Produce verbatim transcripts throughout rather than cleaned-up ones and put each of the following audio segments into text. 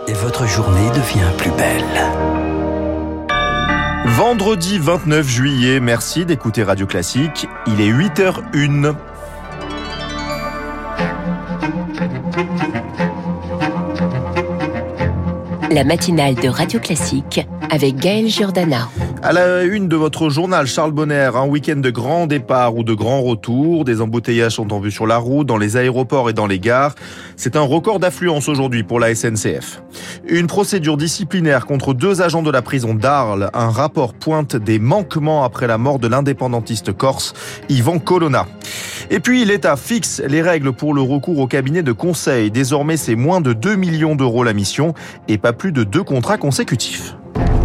et votre journée devient plus belle. Vendredi vingt-neuf juillet, merci d'écouter Radio Classique. Il est huit heures zéro un. La matinale de Radio Classique avec Gaël Giordana. À la une de votre journal, Charles Bonner, un week-end de grand départ ou de grand retour. Des embouteillages sont en vue sur la route, dans les aéroports et dans les gares. C'est un record d'affluence aujourd'hui pour la S N C F. Une procédure disciplinaire contre deux agents de la prison d'Arles. Un rapport pointe des manquements après la mort de l'indépendantiste corse Yvan Colonna. Et puis l'État fixe les règles pour le recours au cabinet de conseil. Désormais, c'est moins de deux millions d'euros la mission et pas plus de deux contrats consécutifs.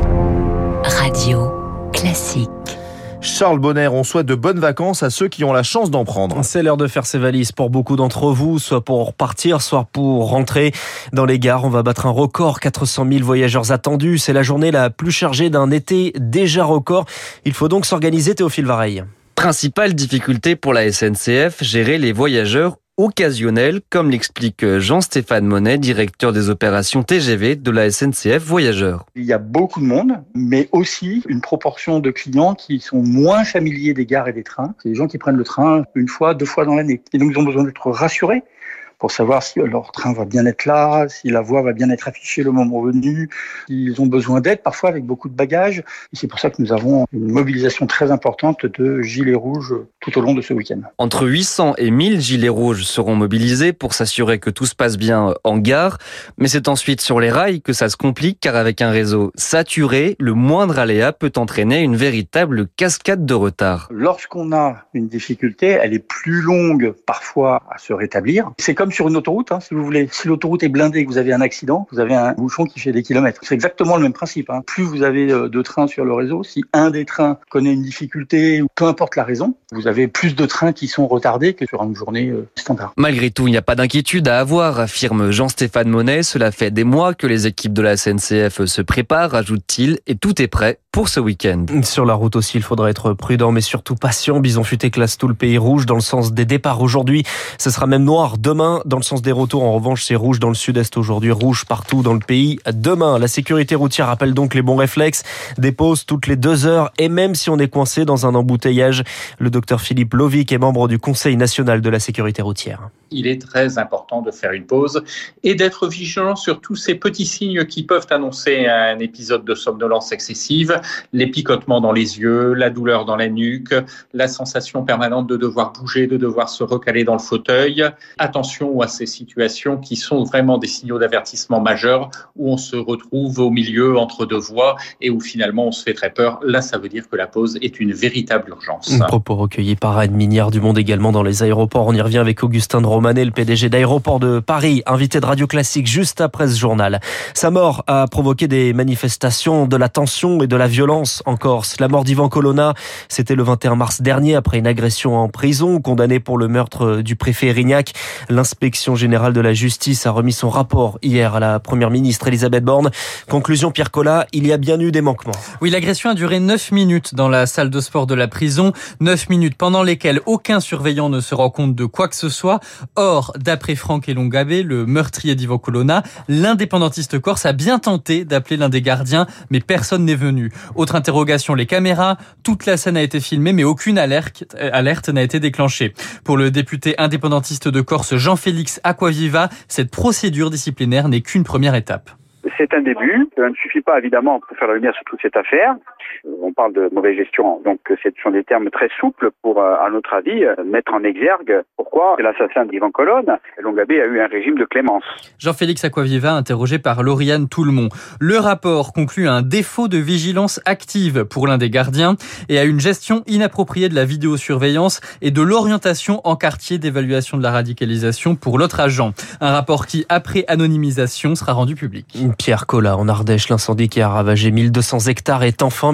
Radio Classique. Charles Bonner, on souhaite de bonnes vacances à ceux qui ont la chance d'en prendre. C'est l'heure de faire ses valises pour beaucoup d'entre vous, soit pour repartir, soit pour rentrer. Dans les gares, on va battre un record, quatre cent mille voyageurs attendus. C'est la journée la plus chargée d'un été déjà record. Il faut donc s'organiser, Théophile Vareille. Principale difficulté pour la S N C F, gérer les voyageurs occasionnels, comme l'explique Jean-Stéphane Monet, directeur des opérations T G V de la S N C F Voyageurs. Il y a beaucoup de monde, mais aussi une proportion de clients qui sont moins familiers des gares et des trains. C'est des gens qui prennent le train une fois, deux fois dans l'année. Et donc ils ont besoin d'être rassurés pour savoir si leur train va bien être là, si la voie va bien être affichée le moment venu. Ils ont besoin d'aide, parfois avec beaucoup de bagages. Et c'est pour ça que nous avons une mobilisation très importante de gilets rouges tout au long de ce week-end. Entre huit cents et mille gilets rouges seront mobilisés pour s'assurer que tout se passe bien en gare. Mais c'est ensuite sur les rails que ça se complique, car avec un réseau saturé, le moindre aléa peut entraîner une véritable cascade de retard. Lorsqu'on a une difficulté, elle est plus longue parfois à se rétablir. C'est comme sur une autoroute, hein, si vous voulez. Si l'autoroute est blindée et que vous avez un accident, vous avez un bouchon qui fait des kilomètres. C'est exactement le même principe. Hein. Plus vous avez de trains sur le réseau, si un des trains connaît une difficulté, ou peu importe la raison, vous avez plus de trains qui sont retardés que sur une journée standard. Malgré tout, il n'y a pas d'inquiétude à avoir, affirme Jean-Stéphane Monet. Cela fait des mois que les équipes de la S N C F se préparent, ajoute-t-il, et tout est prêt pour ce week-end. Sur la route aussi, il faudra être prudent, mais surtout patient. Bison Futé classe tout le pays rouge dans le sens des départs aujourd'hui. Ce sera même noir demain. Dans le sens des retours, en revanche, c'est rouge dans le sud-est aujourd'hui, rouge partout dans le pays demain. La sécurité routière rappelle donc les bons réflexes. Des pauses toutes les deux heures et même si on est coincé dans un embouteillage. Le docteur Philippe Lovic est membre du Conseil national de la sécurité routière. Il est très important de faire une pause et d'être vigilant sur tous ces petits signes qui peuvent annoncer un épisode de somnolence excessive, les picotements dans les yeux, la douleur dans la nuque, la sensation permanente de devoir bouger, de devoir se recaler dans le fauteuil. Attention à ces situations qui sont vraiment des signaux d'avertissement majeurs où on se retrouve au milieu entre deux voies et où finalement on se fait très peur. Là, ça veut dire que la pause est une véritable urgence. Un propos recueilli par Anne Mignard du Monde également dans les aéroports. On y revient avec Augustin de Romanet, le P D G d'Aéroports de Paris, invité de Radio Classique juste après ce journal. Sa mort a provoqué des manifestations, de la tension et de la violence en Corse. La mort d'Yvan Colonna, c'était le vingt et un mars dernier après une agression en prison, condamné pour le meurtre du préfet Erignac. L'inspection générale de la justice a remis son rapport hier à la première ministre Elisabeth Borne. Conclusion, Pierre Collat, il y a bien eu des manquements. Oui, l'agression a duré neuf minutes dans la salle de sport de la prison. neuf minutes pendant lesquelles aucun surveillant ne se rend compte de quoi que ce soit. Or, d'après Franck Elongabé, le meurtrier d'Yvan Colonna, l'indépendantiste corse a bien tenté d'appeler l'un des gardiens, mais personne n'est venu. Autre interrogation, les caméras. Toute la scène a été filmée, mais aucune alerte, alerte n'a été déclenchée. Pour le député indépendantiste de Corse, Jean-Félix Acquaviva, cette procédure disciplinaire n'est qu'une première étape. C'est un début. Ça ne suffit pas, évidemment, pour faire la lumière sur toute cette affaire. On parle de mauvaise gestion, donc ce sont des termes très souples pour, à notre avis, mettre en exergue pourquoi l'assassin d'Yvan Colonna, Elongabé, a eu un régime de clémence. Jean-Félix Acquaviva, interrogé par Lauriane Toulmont. Le rapport conclut à un défaut de vigilance active pour l'un des gardiens et à une gestion inappropriée de la vidéosurveillance et de l'orientation en quartier d'évaluation de la radicalisation pour l'autre agent. Un rapport qui, après anonymisation, sera rendu public. Pierre Collat, en Ardèche, l'incendie qui a ravagé mille deux cents hectares est enfin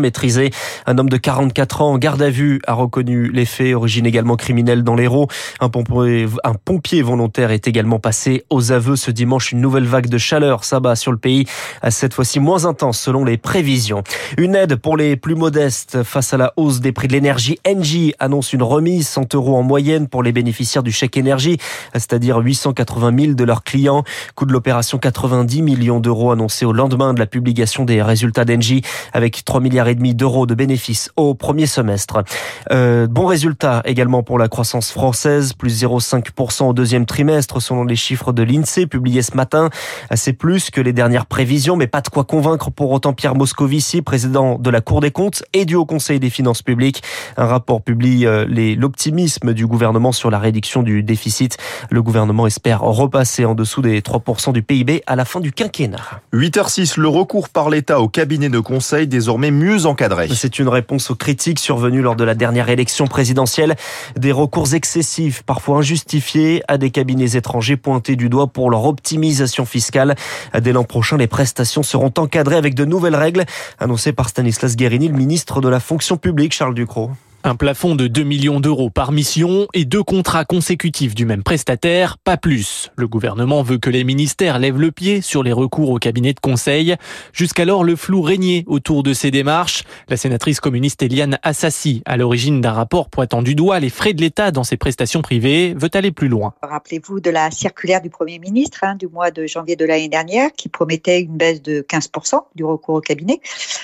maîtrisé. Un homme de quarante-quatre ans en garde à vue a reconnu les faits, origine également criminelle dans l'Hérault. Un pompier, un pompier volontaire est également passé aux aveux ce dimanche. Une nouvelle vague de chaleur s'abat sur le pays, cette fois-ci moins intense selon les prévisions. Une aide pour les plus modestes face à la hausse des prix de l'énergie. Engie annonce une remise cent euros en moyenne pour les bénéficiaires du chèque énergie, c'est-à-dire huit cent quatre-vingt mille de leurs clients. Coût de l'opération quatre-vingt-dix millions d'euros annoncé au lendemain de la publication des résultats d'Engie, avec trois milliards et demi d'euros de bénéfices au premier semestre. Euh, bon résultat également pour la croissance française, plus zéro virgule cinq pour cent au deuxième trimestre selon les chiffres de l'INSEE publiés ce matin. C'est plus que les dernières prévisions, mais pas de quoi convaincre pour autant Pierre Moscovici, président de la Cour des comptes et du Haut Conseil des finances publiques. Un rapport publie les, l'optimisme du gouvernement sur la réduction du déficit. Le gouvernement espère repasser en dessous des trois pour cent du P I B à la fin du quinquennat. huit heures six, le recours par l'État au cabinet de conseil désormais mieux encadré. C'est une réponse aux critiques survenues lors de la dernière élection présidentielle. Des recours excessifs, parfois injustifiés, à des cabinets étrangers pointés du doigt pour leur optimisation fiscale. Dès l'an prochain, les prestations seront encadrées avec de nouvelles règles, annoncées par Stanislas Guerini, le ministre de la fonction publique, Charles Ducrot. Un plafond de deux millions d'euros par mission et deux contrats consécutifs du même prestataire, pas plus. Le gouvernement veut que les ministères lèvent le pied sur les recours au cabinet de conseil. Jusqu'alors, le flou régnait autour de ces démarches. La sénatrice communiste Éliane Assassi, à l'origine d'un rapport pointant du doigt les frais de l'État dans ses prestations privées, veut aller plus loin. Rappelez-vous de la circulaire du Premier ministre hein, du mois de janvier de l'année dernière qui promettait une baisse de quinze pour cent du recours au cabinet.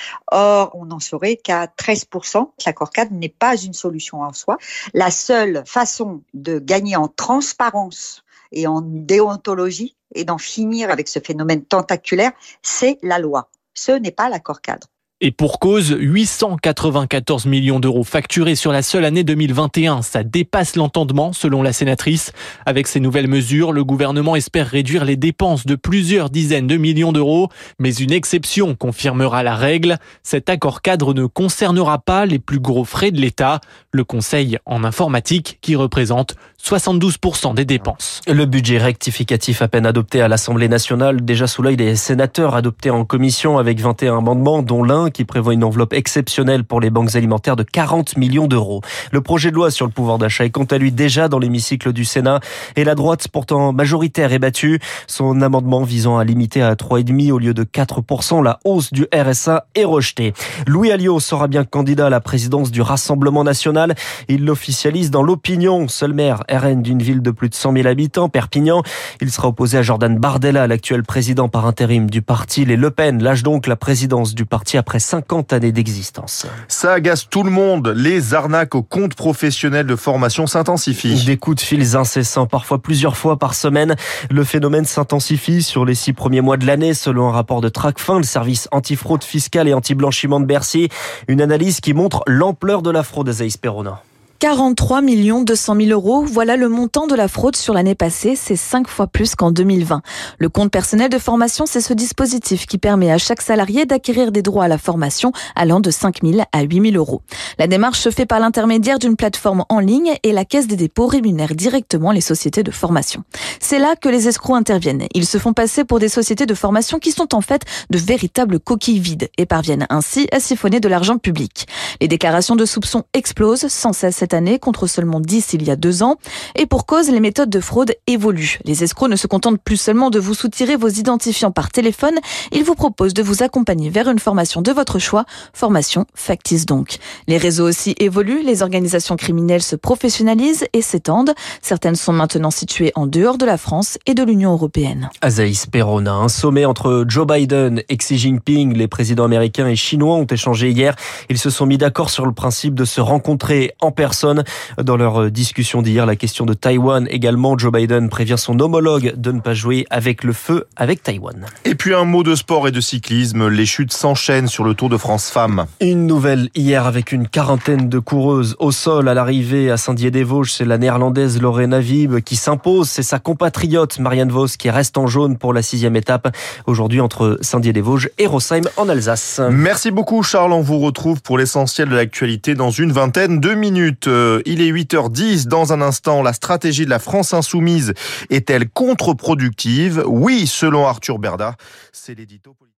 Or, on n'en saurait qu'à treize pour cent. L'accord cadre n'est pas une solution en soi. La seule façon de gagner en transparence et en déontologie et d'en finir avec ce phénomène tentaculaire, c'est la loi. Ce n'est pas l'accord cadre. Et pour cause, huit cent quatre-vingt-quatorze millions d'euros facturés sur la seule année deux mille vingt et un. Ça dépasse l'entendement, selon la sénatrice. Avec ces nouvelles mesures, le gouvernement espère réduire les dépenses de plusieurs dizaines de millions d'euros. Mais une exception confirmera la règle. Cet accord cadre ne concernera pas les plus gros frais de l'État. Le conseil en informatique, qui représente soixante-douze pour cent des dépenses. Le budget rectificatif à peine adopté à l'Assemblée nationale, déjà sous l'œil des sénateurs, adopté en commission avec vingt et un amendements, dont l'un qui prévoit une enveloppe exceptionnelle pour les banques alimentaires de quarante millions d'euros. Le projet de loi sur le pouvoir d'achat est quant à lui déjà dans l'hémicycle du Sénat et la droite, pourtant majoritaire, est battue. Son amendement visant à limiter à trois virgule cinq au lieu de quatre pour cent la hausse du R S A est rejeté. Louis Alliot sera bien candidat à la présidence du Rassemblement national. Il l'officialise dans l'opinion. Seul maire R N d'une ville de plus de cent mille habitants, Perpignan. Il sera opposé à Jordan Bardella, l'actuel président par intérim du parti. Les Le Pen lâchent donc la présidence du parti après cinquante années d'existence. Ça agace tout le monde. Les arnaques aux comptes professionnels de formation s'intensifient. Des coups de fils incessants, parfois plusieurs fois par semaine. Le phénomène s'intensifie sur les six premiers mois de l'année, selon un rapport de Tracfin, le service antifraude fiscale et anti-blanchiment de Bercy. Une analyse qui montre l'ampleur de la fraude à Zaïs Perona. quarante-trois millions deux cent mille euros, voilà le montant de la fraude sur l'année passée, c'est cinq fois plus qu'en deux mille vingt. Le compte personnel de formation, c'est ce dispositif qui permet à chaque salarié d'acquérir des droits à la formation allant de cinq mille à huit mille euros. La démarche se fait par l'intermédiaire d'une plateforme en ligne et la Caisse des dépôts rémunère directement les sociétés de formation. C'est là que les escrocs interviennent. Ils se font passer pour des sociétés de formation qui sont en fait de véritables coquilles vides et parviennent ainsi à siphonner de l'argent public. Les déclarations de soupçons explosent sans cesse cette année contre seulement dix il y a deux ans. Et pour cause, les méthodes de fraude évoluent. Les escrocs ne se contentent plus seulement de vous soutirer vos identifiants par téléphone, ils vous proposent de vous accompagner vers une formation de votre choix, formation factice donc. Les réseaux aussi évoluent, les organisations criminelles se professionnalisent et s'étendent. Certaines sont maintenant situées en dehors de la France et de l'Union européenne. Azaïs Perona, un sommet entre Joe Biden et Xi Jinping, les présidents américains et chinois ont échangé hier. Ils se sont mis d'accord sur le principe de se rencontrer en personne. Dans leur discussion d'hier, la question de Taïwan également, Joe Biden prévient son homologue de ne pas jouer avec le feu avec Taïwan. Et puis un mot de sport et de cyclisme, les chutes s'enchaînent sur le Tour de France Femmes. Une nouvelle hier avec une quarantaine de coureuses au sol à l'arrivée à Saint-Dié-des-Vosges. C'est la néerlandaise Lorena Wiebe qui s'impose. C'est sa compatriote Marianne Vos qui reste en jaune pour la sixième étape. Aujourd'hui entre Saint-Dié-des-Vosges et Rosheim en Alsace. Merci beaucoup Charles, on vous retrouve pour l'essentiel de l'actualité dans une vingtaine de minutes. Il est huit heures dix. Dans un instant, la stratégie de la France insoumise est-elle contre-productive ? Oui, selon Arthur Berda. C'est l'édito politique.